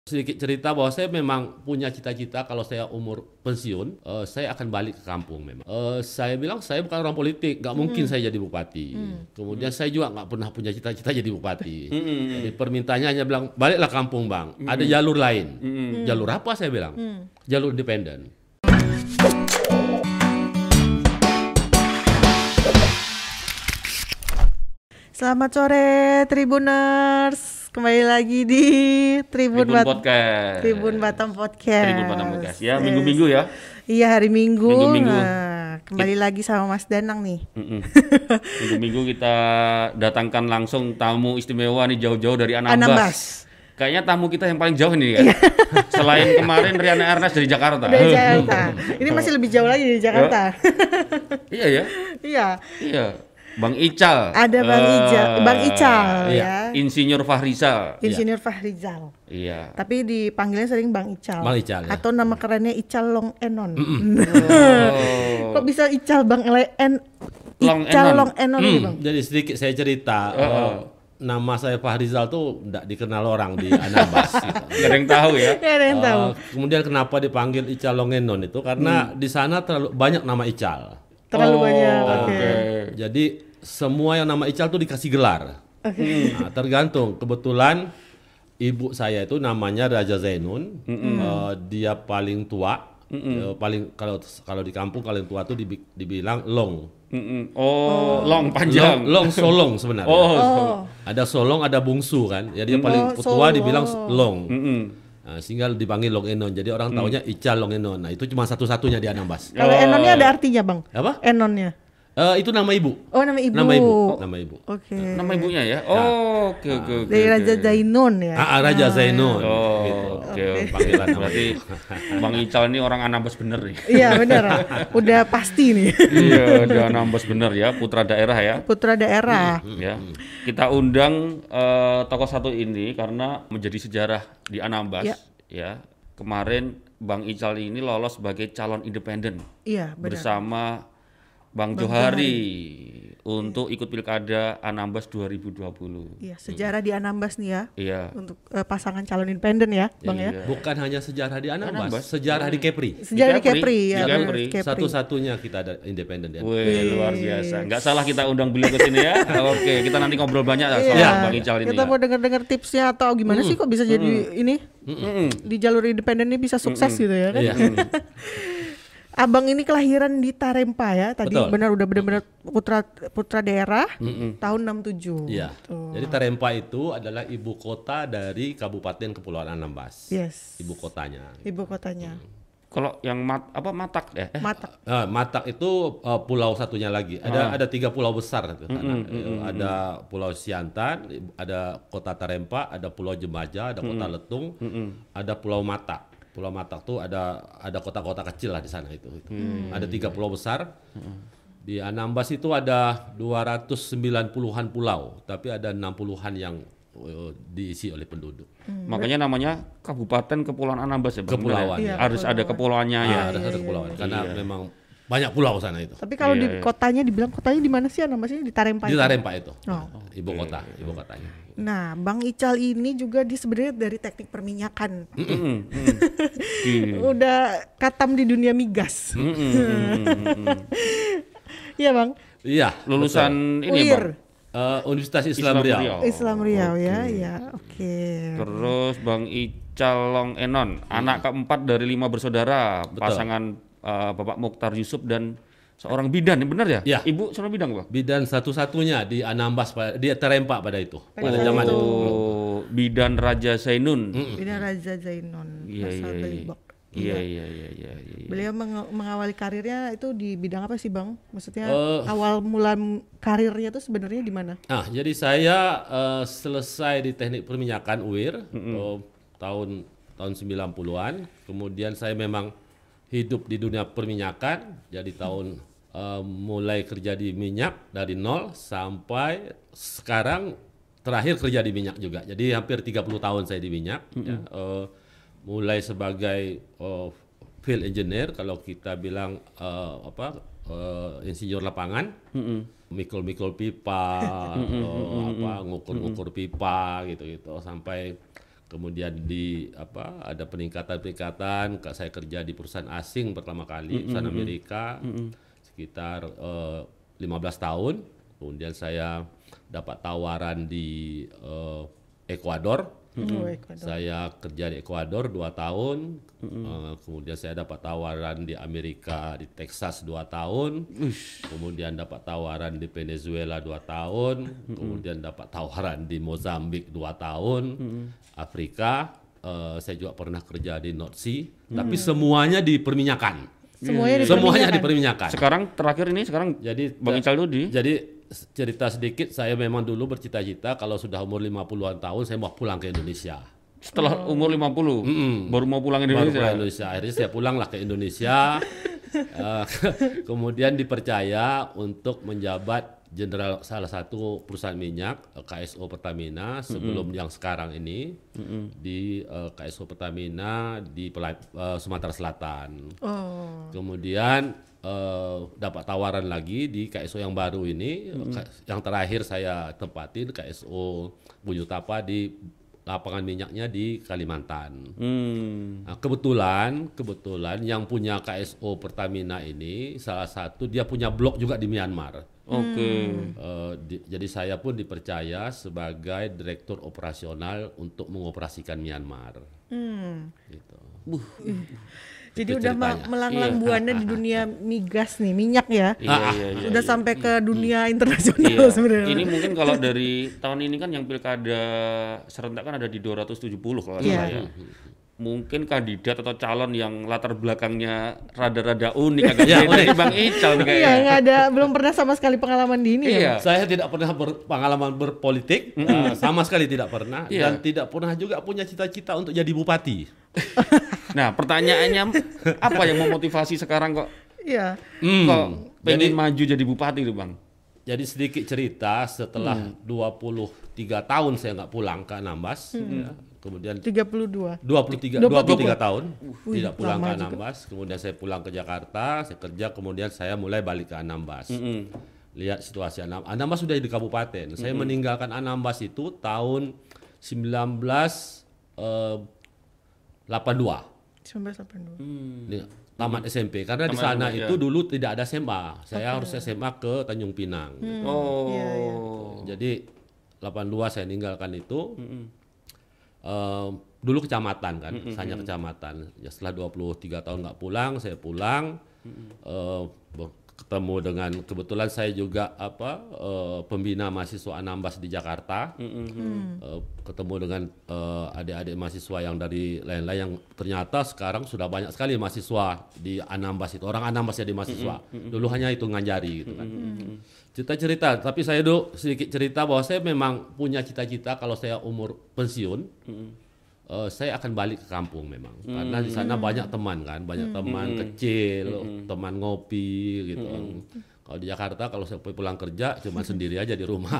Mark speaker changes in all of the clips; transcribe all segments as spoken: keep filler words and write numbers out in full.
Speaker 1: Sedikit cerita bahwa saya memang punya cita-cita kalau saya umur pensiun, uh, saya akan balik ke kampung memang. Uh, saya bilang saya bukan orang politik, nggak mungkin saya jadi bupati. Kemudian saya juga nggak pernah punya cita-cita jadi bupati. Jadi permintaannya hanya bilang, baliklah kampung bang, ada jalur lain. Jalur apa saya bilang? Jalur independen.
Speaker 2: Selamat sore Tribuners, kembali lagi di Tribun,
Speaker 3: Tribun
Speaker 2: Bat-
Speaker 3: Podcast.
Speaker 2: Tribun Batam Podcast.
Speaker 3: Tribun Batam Podcast. Ya, minggu-minggu ya.
Speaker 2: Iya, hari Minggu.
Speaker 3: Minggu-minggu.
Speaker 2: Nah, kembali lagi sama Mas Danang nih.
Speaker 3: Mm-mm. Minggu-minggu kita datangkan langsung tamu istimewa nih jauh-jauh dari Anambas.
Speaker 2: Anambas.
Speaker 3: Kayaknya tamu kita yang paling jauh ini ya. Selain kemarin Riana Ernest dari Jakarta.
Speaker 2: Dari Jakarta. Ini masih lebih jauh lagi dari Jakarta.
Speaker 3: Iya ya.
Speaker 2: Iya.
Speaker 3: Iya. Bang Ical.
Speaker 2: Ada Bang
Speaker 3: Eh,
Speaker 2: Ical, Bang Ical
Speaker 1: iya.
Speaker 2: ya.
Speaker 3: Insinyur Fahrizal.
Speaker 2: Insinyur Fahrizal.
Speaker 3: Iya.
Speaker 2: Tapi dipanggilnya sering Bang Ical.
Speaker 1: Bang Ical, ya.
Speaker 2: Atau nama kerennya Ical Long Enon.
Speaker 3: Oh.
Speaker 2: Kok bisa Ical Bang Le- En
Speaker 3: Long
Speaker 2: Ical
Speaker 3: Enon.
Speaker 2: Long Enon ini, Bang?
Speaker 1: Jadi sedikit saya cerita,
Speaker 3: Uh-uh.
Speaker 1: uh, nama saya Fahrizal tuh tidak dikenal orang di Anambas. gitu.
Speaker 3: Gak ada yang tahu ya.
Speaker 2: Gak ada yang tahu.
Speaker 1: Uh, kemudian kenapa dipanggil Ical Longenon itu karena di sana terlalu banyak nama Ical.
Speaker 2: Terlalu
Speaker 3: Oh,
Speaker 2: banyak. Oke.
Speaker 3: oke.
Speaker 1: Jadi semua yang nama Ical tuh dikasih gelar.
Speaker 2: Oke.
Speaker 1: Nah, tergantung. Kebetulan ibu saya itu namanya Raja Zainun. Uh, dia paling tua. Uh, paling kalau kalau di kampung paling tua tuh dibi- dibilang Long.
Speaker 3: Mm-mm. Oh, long panjang.
Speaker 1: Long, long Solong sebenarnya.
Speaker 3: Oh,
Speaker 2: Oh.
Speaker 1: Ada Solong, ada Bungsu kan. Jadi yang paling
Speaker 2: Oh,
Speaker 1: tua
Speaker 2: Solong.
Speaker 1: dibilang Long.
Speaker 3: Mm-mm.
Speaker 1: Nah, sehingga dipanggil Long Enon. Jadi orang taunya Ical Long Enon. Nah, itu cuma satu-satunya di Anambas.
Speaker 2: Kalau
Speaker 3: Oh.
Speaker 2: Enonnya ada artinya, Bang?
Speaker 1: Apa?
Speaker 2: Enonnya.
Speaker 1: Eh, itu nama ibu.
Speaker 2: Oh, nama ibu.
Speaker 1: Nama ibu. Nama ibu.
Speaker 2: Oke.
Speaker 3: Nama ibunya ya? Oh, oke oke oke.
Speaker 2: Dari
Speaker 3: oke.
Speaker 2: Raja Zainun ya.
Speaker 1: Ah, ah, Raja Zainun.
Speaker 3: Oh,
Speaker 1: Gitu.
Speaker 3: oke oke.
Speaker 1: Panggilan nama
Speaker 3: Berarti Bang Ical ini orang Anambas bener nih.
Speaker 2: Iya, benar. Udah pasti nih.
Speaker 3: Iya, dia Anambas bener ya, putra daerah ya.
Speaker 2: Putra daerah.
Speaker 3: Ya. Kita undang eh, tokoh satu ini karena menjadi sejarah di Anambas
Speaker 2: Ya.
Speaker 3: ya. Kemarin Bang Ical ini lolos sebagai calon independen
Speaker 2: Iya, benar.
Speaker 3: bersama Bang,
Speaker 2: Bang
Speaker 3: Johari untuk ikut Pilkada Anambas dua ribu dua puluh.
Speaker 2: Iya, sejarah di Anambas nih ya.
Speaker 3: Iya.
Speaker 2: Untuk eh, pasangan calon independen ya, Bang ya.
Speaker 3: Iya.
Speaker 1: Bukan hanya sejarah di Anambas,
Speaker 3: Anambas.
Speaker 1: sejarah di Kepri.
Speaker 2: Sejarah di
Speaker 3: Kepri,
Speaker 2: Kepri
Speaker 3: di
Speaker 2: ya. benar,
Speaker 3: Kepri.
Speaker 2: Kepri.
Speaker 1: Satu-satunya kita ada independen ya.
Speaker 3: Wih, luar biasa. Nggak salah kita undang beliau ke sini ya. Oke, kita nanti ngobrol banyak soal
Speaker 2: Iya.
Speaker 3: Bang Ical ini.
Speaker 2: Kita
Speaker 3: ya.
Speaker 2: mau dengar-dengar tipsnya atau gimana sih kok bisa jadi ini di jalur independen ini bisa sukses gitu ya kan?
Speaker 1: Iya.
Speaker 2: Abang ini kelahiran di Tarempa ya, tadi
Speaker 1: Betul.
Speaker 2: benar udah benar-benar putra putra daerah tahun enam tujuh.
Speaker 1: Iya. Jadi Tarempa itu adalah ibu kota dari Kabupaten Kepulauan Anambas.
Speaker 2: Yes.
Speaker 1: Ibu kotanya.
Speaker 2: Ibu kotanya.
Speaker 3: Kalau yang mat, apa Matak ya? Eh,
Speaker 2: Mata.
Speaker 1: Eh, Matak itu eh, pulau satunya lagi. Ada ada tiga pulau besar di sana. Eh, ada Pulau Siantan, ada Kota Tarempa, ada Pulau Jemaja, ada Kota Letung, ada Pulau Matak. Pulau Matak tuh ada ada kota-kota kecil lah di sana itu. itu. Ada tiga pulau besar. Di Anambas itu ada dua ratus sembilan puluhan pulau, tapi ada enam puluhan yang eh, diisi oleh penduduk.
Speaker 3: makanya namanya Kabupaten Kepulauan Anambas ya, Bang?
Speaker 1: Kepulauan,
Speaker 2: Iya,
Speaker 3: Bener ya? Harus ada kepulauannya ya.
Speaker 1: Ah, ada satu kepulauan karena memang banyak pulau sana itu.
Speaker 2: Tapi kalau
Speaker 3: Iya,
Speaker 2: di
Speaker 3: iya.
Speaker 2: kotanya dibilang kotanya di mana sih Anambas ini? Di Tarempa.
Speaker 1: Di
Speaker 2: itu?
Speaker 1: Tarempa itu.
Speaker 2: Oh.
Speaker 1: Ibu kota, ibu kotanya.
Speaker 2: Nah, Bang Ical ini juga di sebenarnya dari teknik perminyakan.
Speaker 3: Mm-mm, mm. Iya.
Speaker 2: Udah katam di dunia migas.
Speaker 3: Mm-mm, mm-mm, mm-mm.
Speaker 2: Iya, Bang.
Speaker 1: Iya,
Speaker 3: Lulusan ini ya,
Speaker 2: U I R.
Speaker 3: Bang?
Speaker 1: Eh, Universitas Islam,
Speaker 3: Islam
Speaker 1: Riau.
Speaker 3: Riau.
Speaker 2: Islam Riau ya, ya. Oke.
Speaker 3: Terus Bang Ical Long Enon, anak keempat dari lima bersaudara, pasangan eh, Bapak Mukhtar Yusuf dan seorang bidan, benar ya?
Speaker 1: Ya.
Speaker 3: Ibu seorang bidan, Bang?
Speaker 1: Bidan satu-satunya di Anambas, pada- di Tarempa pada itu. Pada zaman itu.
Speaker 3: Oh, bidan Raja Zainun.
Speaker 2: Bina Raja Zainun.
Speaker 3: Iya,
Speaker 2: asal
Speaker 3: iya,
Speaker 2: dari
Speaker 3: iya.
Speaker 2: Bok.
Speaker 3: Iya, iya, iya, iya, iya.
Speaker 2: Beliau meng- mengawali karirnya itu di bidang apa sih, Bang? Maksudnya
Speaker 1: Eh.
Speaker 2: awal mula m- karirnya itu sebenarnya di mana?
Speaker 1: Nah, jadi saya eh, selesai di teknik perminyakan U I R oh, tahun tahun sembilan puluhan. Kemudian saya memang hidup di dunia perminyakan. Jadi tahun eh, mulai kerja di minyak dari nol sampai sekarang terakhir kerja di minyak juga. Jadi hampir tiga puluh tahun saya di minyak. Ya. Eh, mulai sebagai eh, field engineer kalau kita bilang eh, apa eh, insinyur lapangan, mikul-mikul pipa, eh, apa ngukur-ngukur pipa gitu-gitu sampai kemudian di apa ada peningkatan-peningkatan. Saya kerja di perusahaan asing pertama kali, perusahaan Amerika, sekitar uh, lima belas tahun. Kemudian saya dapat tawaran di uh, Ekuador.
Speaker 2: Oh, Ekuador.
Speaker 1: Saya kerja di Ekuador dua tahun, uh, kemudian saya dapat tawaran di Amerika di Texas dua tahun, Ush. kemudian dapat tawaran di Venezuela dua tahun, mm-hmm. kemudian dapat tawaran di Mozambik dua tahun, mm-hmm. Afrika, uh, saya juga pernah kerja di North Sea, mm-hmm. tapi semuanya di perminyakan.
Speaker 2: Semuanya,
Speaker 1: yeah. semuanya di perminyakan.
Speaker 3: Sekarang terakhir ini sekarang jadi Bang Ical dulu di.
Speaker 1: Jadi cerita sedikit, saya memang dulu bercita-cita kalau sudah umur lima puluhan tahun saya mau pulang ke Indonesia.
Speaker 3: Setelah oh. umur lima puluh, mm-mm. baru mau pulang ke Indonesia.
Speaker 1: Baru pulang Indonesia. Akhirnya saya pulanglah ke Indonesia. uh, kemudian dipercaya untuk menjabat jenderal salah satu perusahaan minyak K S O Pertamina sebelum mm-hmm. yang sekarang ini mm-hmm. di uh, K S O Pertamina di uh, Sumatera Selatan. Oh. Kemudian Uh, dapat tawaran lagi di K S O yang baru ini, mm-hmm. yang terakhir saya tempatin K S O Buyutapa di lapangan minyaknya di Kalimantan. Mm. Nah, kebetulan, kebetulan yang punya K S O Pertamina ini salah satu dia punya blok juga di Myanmar.
Speaker 3: Oke. Okay.
Speaker 1: Uh, di, jadi saya pun dipercaya sebagai direktur operasional untuk mengoperasikan Myanmar. Mm. Gitu. Uh.
Speaker 2: Jadi udah ma- melanglang iya. buana di dunia migas nih, minyak ya.
Speaker 3: Iya, iya, iya,
Speaker 2: udah
Speaker 3: iya.
Speaker 2: sampai ke dunia hmm. internasional
Speaker 3: iya.
Speaker 2: sebenarnya.
Speaker 3: Ini mungkin kalau dari tahun ini kan yang pilkada serentak kan ada di dua ratus tujuh puluh kalau
Speaker 2: yeah.
Speaker 3: saya. Mungkin kandidat atau calon yang latar belakangnya rada-rada unik agak ya, dari Bang Ical nih kayaknya.
Speaker 2: Iya, nggak ada, belum pernah sama sekali pengalaman di ini
Speaker 1: iya.
Speaker 2: ya.
Speaker 1: Saya tidak pernah berpengalaman berpolitik, mm. uh, sama sekali tidak pernah, yeah. dan tidak pernah juga punya cita-cita untuk jadi bupati.
Speaker 3: Nah, pertanyaannya apa yang memotivasi sekarang kok?
Speaker 2: Iya.
Speaker 3: Mm. Kok pengen jadi, maju jadi bupati tuh, Bang?
Speaker 1: Jadi sedikit cerita, setelah mm. dua puluh tiga tahun saya nggak pulang ke Anambas, mm. ya. Kemudian
Speaker 2: tiga puluh dua
Speaker 1: dua puluh tiga dua puluh tiga tahun uh, tidak pulang ke Anambas, juga. Kemudian saya pulang ke Jakarta, saya kerja, kemudian saya mulai balik ke Anambas. Mm-hmm. Lihat situasi Anambas. Anambas sudah di kabupaten. Mm-hmm. Saya meninggalkan Anambas itu tahun seribu sembilan ratus delapan puluh dua.
Speaker 2: seribu sembilan ratus delapan puluh dua. Hmm.
Speaker 1: Tamat S M P karena di sana ya. Itu dulu tidak ada S M A. Saya okay. harus S M A ke Tanjung Pinang. Hmm. Gitu.
Speaker 3: Oh.
Speaker 2: Iya, iya.
Speaker 1: Jadi delapan puluh dua saya meninggalkan itu. Mm-hmm. Uh, dulu kecamatan kan, mm-hmm. hanya kecamatan. Ya setelah dua puluh tiga tahun nggak pulang, saya pulang, mm-hmm. uh, ketemu dengan kebetulan saya juga apa uh, pembina mahasiswa Anambas di Jakarta, mm-hmm. uh, ketemu dengan uh, adik-adik mahasiswa yang dari lain-lain yang ternyata sekarang sudah banyak sekali mahasiswa di Anambas itu, orang Anambas jadi mahasiswa. Mm-hmm. Dulu hanya hitungan jari gitu kan. Mm-hmm. Cerita-cerita, tapi saya dulu sedikit cerita bahwa saya memang punya cita-cita kalau saya umur pensiun, mm-hmm. uh, saya akan balik ke kampung memang, mm-hmm. karena di sana banyak teman kan, banyak mm-hmm. teman kecil, mm-hmm. teman ngopi gitu. Mm-hmm. Kalau di Jakarta kalau saya pulang kerja cuma sendiri aja di rumah.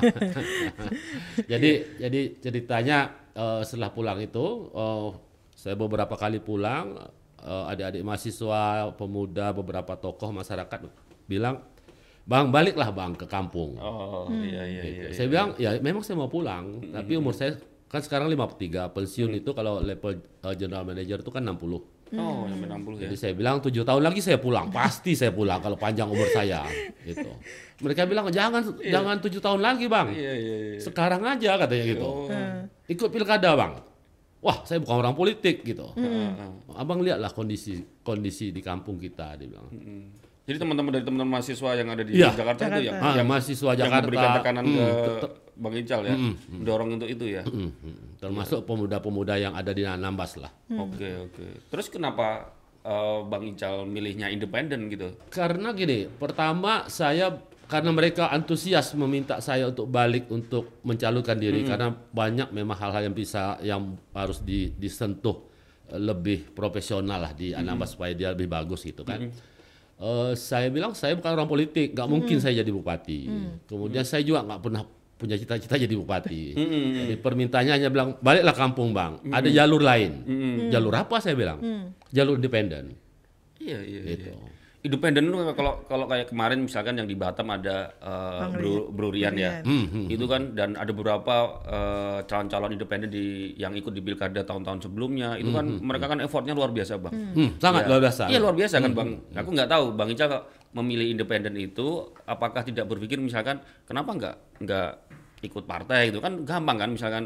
Speaker 1: jadi jadi ceritanya uh, setelah pulang itu, uh, saya beberapa kali pulang, uh, adik-adik mahasiswa, pemuda, beberapa tokoh masyarakat bilang, Bang, baliklah Bang ke kampung.
Speaker 3: Oh, hmm. iya, iya,
Speaker 1: gitu.
Speaker 3: iya.
Speaker 1: Saya
Speaker 3: iya.
Speaker 1: bilang, ya memang saya mau pulang, hmm. tapi umur saya kan sekarang lima puluh tiga, pensiun hmm. itu kalau level uh, general manager itu kan enam puluh.
Speaker 3: Oh, sampai enam puluh ya.
Speaker 1: Jadi saya bilang tujuh tahun lagi saya pulang, pasti saya pulang kalau panjang umur saya. Gitu. Mereka bilang jangan yeah. jangan tujuh tahun lagi Bang,
Speaker 3: yeah, yeah, yeah.
Speaker 1: sekarang aja katanya gitu. Oh. Ikut pilkada Bang. Wah, saya bukan orang politik gitu. Hmm. Abang lihatlah kondisi kondisi di kampung kita, dia bilang. Hmm.
Speaker 3: Jadi teman-teman dari teman-teman mahasiswa yang ada di
Speaker 1: ya.
Speaker 3: Jakarta,
Speaker 2: Jakarta
Speaker 3: itu yang,
Speaker 1: ah,
Speaker 3: yang
Speaker 1: mahasiswa
Speaker 3: yang
Speaker 1: Jakarta
Speaker 3: memberikan tekanan
Speaker 1: mm,
Speaker 3: ke
Speaker 1: tetep,
Speaker 3: Bang Ical ya, mm, mm, dorong untuk itu ya.
Speaker 1: Mm, mm, termasuk ya. pemuda-pemuda yang ada di Anambas lah.
Speaker 3: Oke mm. oke. Okay, okay. Terus kenapa uh, Bang Ical milihnya independen gitu?
Speaker 1: Karena gini, pertama saya karena mereka antusias meminta saya untuk balik untuk mencalonkan diri, mm-hmm. karena banyak memang hal-hal yang bisa yang harus di, disentuh lebih profesional lah di Anambas mm-hmm. supaya dia lebih bagus gitu kan. Mm-hmm. Uh, saya bilang saya bukan orang politik, nggak mungkin hmm. saya jadi bupati. Hmm. Kemudian hmm. saya juga nggak pernah punya cita-cita jadi bupati. Hmm. Jadi permintaannya hanya bilang baliklah kampung Bang, hmm. ada jalur lain. Hmm. Jalur apa saya bilang? Hmm. Jalur independen.
Speaker 3: Iya iya.
Speaker 1: Gitu.
Speaker 3: Iya. independen itu kalau kalau kayak kemarin misalkan yang di Batam ada uh,
Speaker 2: Bang
Speaker 3: Bro, Bro Rian ya,
Speaker 1: Hmm, hmm,
Speaker 3: itu kan dan ada beberapa uh, calon-calon independen di yang ikut di pilkada tahun-tahun sebelumnya, itu kan mereka kan effortnya luar biasa bang.
Speaker 1: Hmm, sangat
Speaker 3: Ya.
Speaker 1: luar biasa.
Speaker 3: Iya luar biasa kan bang. Aku nggak tahu bang Ical kalau memilih independen itu apakah tidak berpikir misalkan kenapa nggak nggak ikut partai gitu kan gampang kan misalkan.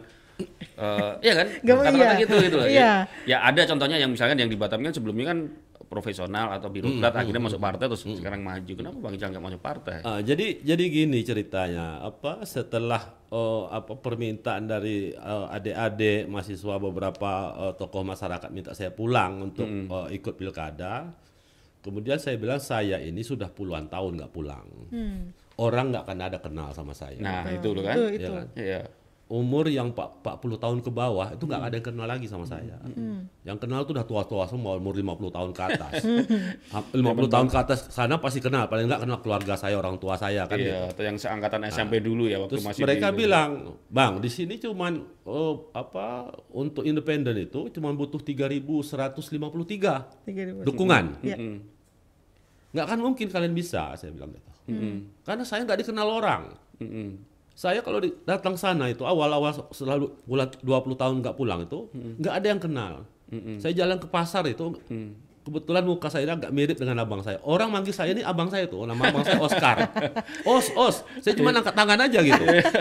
Speaker 3: Uh, iya kan,
Speaker 2: Gampang,
Speaker 3: kata-kata
Speaker 2: iya.
Speaker 3: gitu gitu.
Speaker 2: Iya.
Speaker 3: Ya, ya ada contohnya yang misalkan yang di Batam kan sebelumnya kan profesional atau birokrat
Speaker 1: Hmm,
Speaker 3: akhirnya masuk partai terus sekarang maju. Kenapa Bang Ical nggak masuk partai?
Speaker 1: Ah, jadi jadi gini ceritanya apa setelah oh, apa permintaan dari eh, adik-adik mahasiswa beberapa eh, tokoh masyarakat minta saya pulang untuk eh, ikut pilkada, kemudian saya bilang saya ini sudah puluhan tahun nggak pulang, orang nggak akan ada kenal sama saya.
Speaker 3: Nah, itu loh kan.
Speaker 2: Itu,
Speaker 1: Ya
Speaker 2: itu.
Speaker 1: kan?
Speaker 3: Iya.
Speaker 1: Umur yang empat puluh tahun ke bawah itu nggak ada yang kenal lagi sama saya. Yang kenal tuh udah tua-tua semua, umur lima puluh tahun ke atas. lima puluh tahun ke atas sana pasti kenal, paling nggak kenal keluarga saya, orang tua saya kan.
Speaker 3: Iya, atau yang seangkatan S M P dulu ya waktu
Speaker 1: Terus
Speaker 3: masih
Speaker 1: mereka
Speaker 3: di-
Speaker 1: bilang, "Bang, di sini cuman oh, apa untuk independen itu cuman butuh tiga ribu seratus lima puluh tiga
Speaker 2: tiga ribu.
Speaker 1: dukungan.
Speaker 2: Iya.
Speaker 3: Mm,
Speaker 1: Nggak akan mungkin kalian bisa," saya bilang gitu.
Speaker 3: mm,
Speaker 1: Karena saya nggak dikenal orang.
Speaker 3: mm, mm.
Speaker 1: Saya kalau di- datang sana itu awal-awal selalu bulan dua puluh tahun nggak pulang itu nggak ada yang kenal. Saya jalan ke pasar itu kebetulan muka saya agak mirip dengan abang saya. Orang manggil saya ini abang saya tuh, nama abang saya Oscar. Os, Os. Saya cuma angkat tangan aja gitu.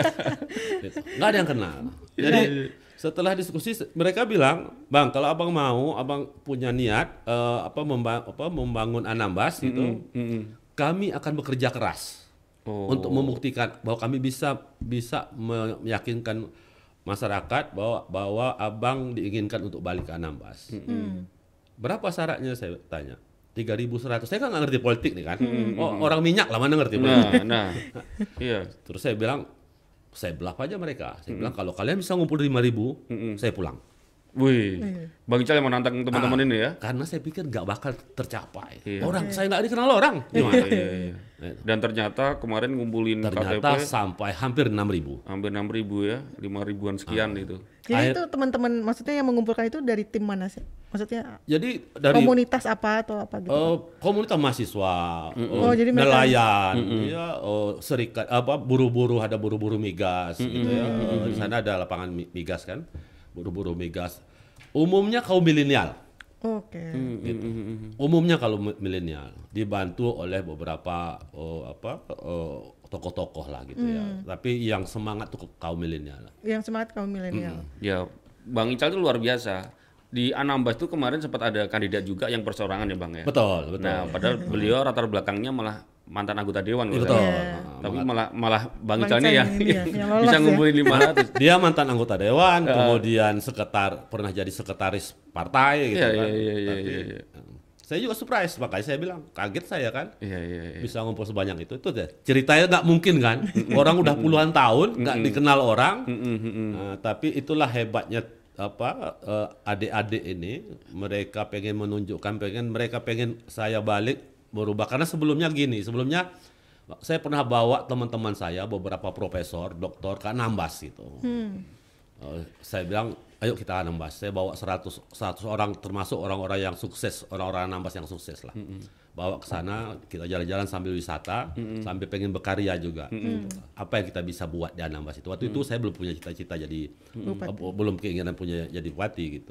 Speaker 1: Gitu. Nggak ada yang kenal. Jadi setelah diskusi mereka bilang, "Bang, kalau abang mau, abang punya niat eh, apa, memba- apa membangun Anambas gitu,
Speaker 3: Mm, mm.
Speaker 1: kami akan bekerja keras."
Speaker 3: Oh.
Speaker 1: Untuk membuktikan bahwa kami bisa bisa meyakinkan masyarakat bahwa bahwa abang diinginkan untuk balik ke Anambas. Berapa syaratnya saya tanya? tiga ribu seratus. Saya kan nggak ngerti politik nih kan. Oh, orang minyak lah mana ngerti politik.
Speaker 3: Nah, nah. Iya.
Speaker 1: Terus saya bilang, saya belah aja mereka. Saya bilang kalau kalian bisa ngumpul lima ribu, saya pulang.
Speaker 3: Wih. Bang Ical yang menantang teman-teman ini ya.
Speaker 1: Karena saya pikir nggak bakal tercapai.
Speaker 3: Iya.
Speaker 1: Orang saya nggak dikenal orang.
Speaker 3: Iya,
Speaker 1: Gimana?
Speaker 3: iya, iya. Dan ternyata kemarin ngumpulin
Speaker 1: Ternyata
Speaker 3: K T P
Speaker 1: sampai hampir enam ribu.
Speaker 3: hampir enam ribu ya, lima ribuan sekian itu.
Speaker 2: Jadi
Speaker 1: Akhir-
Speaker 2: itu teman-teman maksudnya yang mengumpulkan itu dari tim mana sih? Maksudnya
Speaker 1: Jadi dari
Speaker 2: komunitas apa atau apa gitu?
Speaker 1: Eh, komunitas mahasiswa, eh,
Speaker 2: Oh, jadi mereka-
Speaker 1: nelayan, ya, oh, serikat apa buruh-buruh ada buruh-buruh migas gitu ya. Eh, di sana ada lapangan mi- migas kan, buruh-buruh migas. Umumnya kaum milenial,
Speaker 2: Oke.
Speaker 1: gitu. Umumnya kalau mi- milenial dibantu oleh beberapa oh, apa oh, tokoh-tokoh lah gitu ya. Tapi yang semangat tuh kaum milenial.
Speaker 2: Yang semangat kaum milenial.
Speaker 3: Ya, Bang Ical itu luar biasa. Di Anambas tuh kemarin sempat ada kandidat juga yang perseorangan ya Bang ya.
Speaker 1: Betul, betul.
Speaker 3: Nah, padahal beliau latar belakangnya malah mantan anggota dewan
Speaker 1: Iya,
Speaker 3: loh.
Speaker 1: betul.
Speaker 2: Iya.
Speaker 3: Tapi malah malah Bang
Speaker 2: Bang
Speaker 3: Ical
Speaker 2: Ical
Speaker 3: yang,
Speaker 2: ini ya, yang lolos
Speaker 3: bisa
Speaker 2: ya.
Speaker 3: ngumpulin lima ratus.
Speaker 1: Dia mantan anggota dewan, kemudian seketar pernah jadi sekretaris partai gitu
Speaker 3: Iya,
Speaker 1: kan.
Speaker 3: iya, iya, iya,
Speaker 1: Tapi,
Speaker 3: iya, iya.
Speaker 1: saya juga surprise, makanya saya bilang kaget saya kan
Speaker 3: Iya, iya, iya.
Speaker 1: bisa ngumpul sebanyak itu. Itu deh ceritanya nggak mungkin kan, orang udah puluhan tahun nggak dikenal orang, Nah, tapi itulah hebatnya apa eh, adik-adik ini, mereka pengen menunjukkan, pengen mereka pengen saya balik berubah karena sebelumnya gini, sebelumnya saya pernah bawa teman-teman saya beberapa profesor, doktor ke Anambas gitu. Eh, saya bilang, ayo kita Anambas. Saya bawa seratus, seratus orang termasuk orang-orang yang sukses, orang-orang Anambas yang sukses lah. Bawa ke sana, kita jalan-jalan sambil wisata, sambil pengen berkarya juga. Apa yang kita bisa buat di Anambas itu. Waktu itu saya belum punya cita-cita jadi, eh, belum keinginan punya jadi bupati gitu.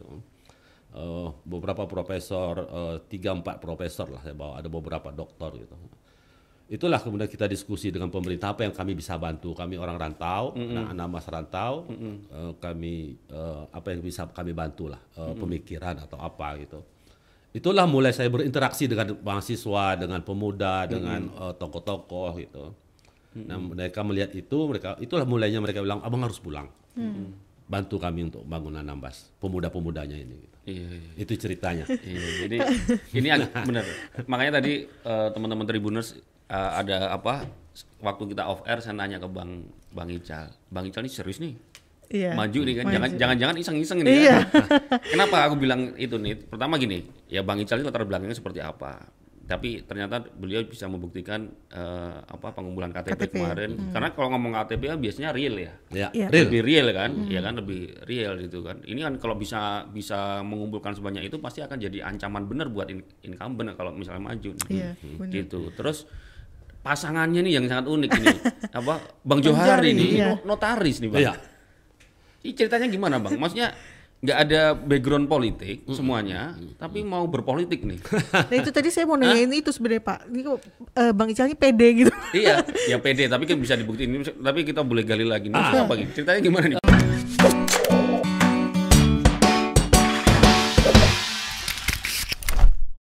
Speaker 1: Eh, beberapa profesor, eh, tiga empat profesor lah saya bawa, ada beberapa doktor gitu. Itulah kemudian kita diskusi dengan pemerintah apa yang kami bisa bantu. Kami orang rantau, anak Anambas rantau, eh, kami eh, apa yang bisa kami bantu lah, eh, pemikiran atau apa gitu. Itulah mulai saya berinteraksi dengan mahasiswa, dengan pemuda, dengan eh, tokoh-tokoh gitu. Nah mereka melihat itu, mereka itulah mulainya mereka bilang abang harus pulang, bantu kami untuk bangun Anambas, pemuda-pemudanya ini. Gitu.
Speaker 3: Iya, iya.
Speaker 1: Itu ceritanya.
Speaker 3: Iya, jadi ini agak benar. Makanya tadi eh, teman-teman Tribuners eh, ada apa? Waktu kita off air saya nanya ke Bang Bang Ical. Bang Ical ini serius nih.
Speaker 2: Iya.
Speaker 3: Maju nih kan.
Speaker 2: Maju.
Speaker 3: Jangan jangan-jangan iseng-iseng ini
Speaker 2: Iya.
Speaker 3: kan. Nah, kenapa aku bilang itu nih? Pertama gini, ya Bang Ical itu latar belakangnya seperti apa? tapi ternyata beliau bisa membuktikan uh, apa pengumpulan K T P,
Speaker 2: K T P.
Speaker 3: kemarin. Hmm. Karena kalau ngomong K T P kan biasanya real ya.
Speaker 1: Ya,
Speaker 2: Iya.
Speaker 1: real.
Speaker 3: Lebih real kan, hmm. ya kan lebih real gitu kan. Ini kan kalau bisa bisa mengumpulkan sebanyak itu pasti akan jadi ancaman benar buat in, incumbent kalau misalnya maju.
Speaker 2: Iya,
Speaker 3: hmm.
Speaker 2: benar.
Speaker 3: Gitu. Terus pasangannya nih yang sangat unik ini. apa Bang
Speaker 2: Bang
Speaker 3: Johari
Speaker 2: Johari,
Speaker 3: ini
Speaker 2: iya.
Speaker 3: notaris nih Bang.
Speaker 1: Iya.
Speaker 3: Ini ceritanya gimana Bang? Maksudnya nggak ada background politik mm-hmm. semuanya, mm-hmm. tapi mau berpolitik nih.
Speaker 2: Nah itu tadi saya mau nanyain itu sebenarnya Pak. Ini kok uh, Bang Ical ini pede gitu.
Speaker 3: Iya, ya pede, tapi kan bisa dibuktiin. Tapi kita boleh gali lagi. Maksudnya
Speaker 1: Ah.
Speaker 3: apa gitu? Ceritanya gimana nih?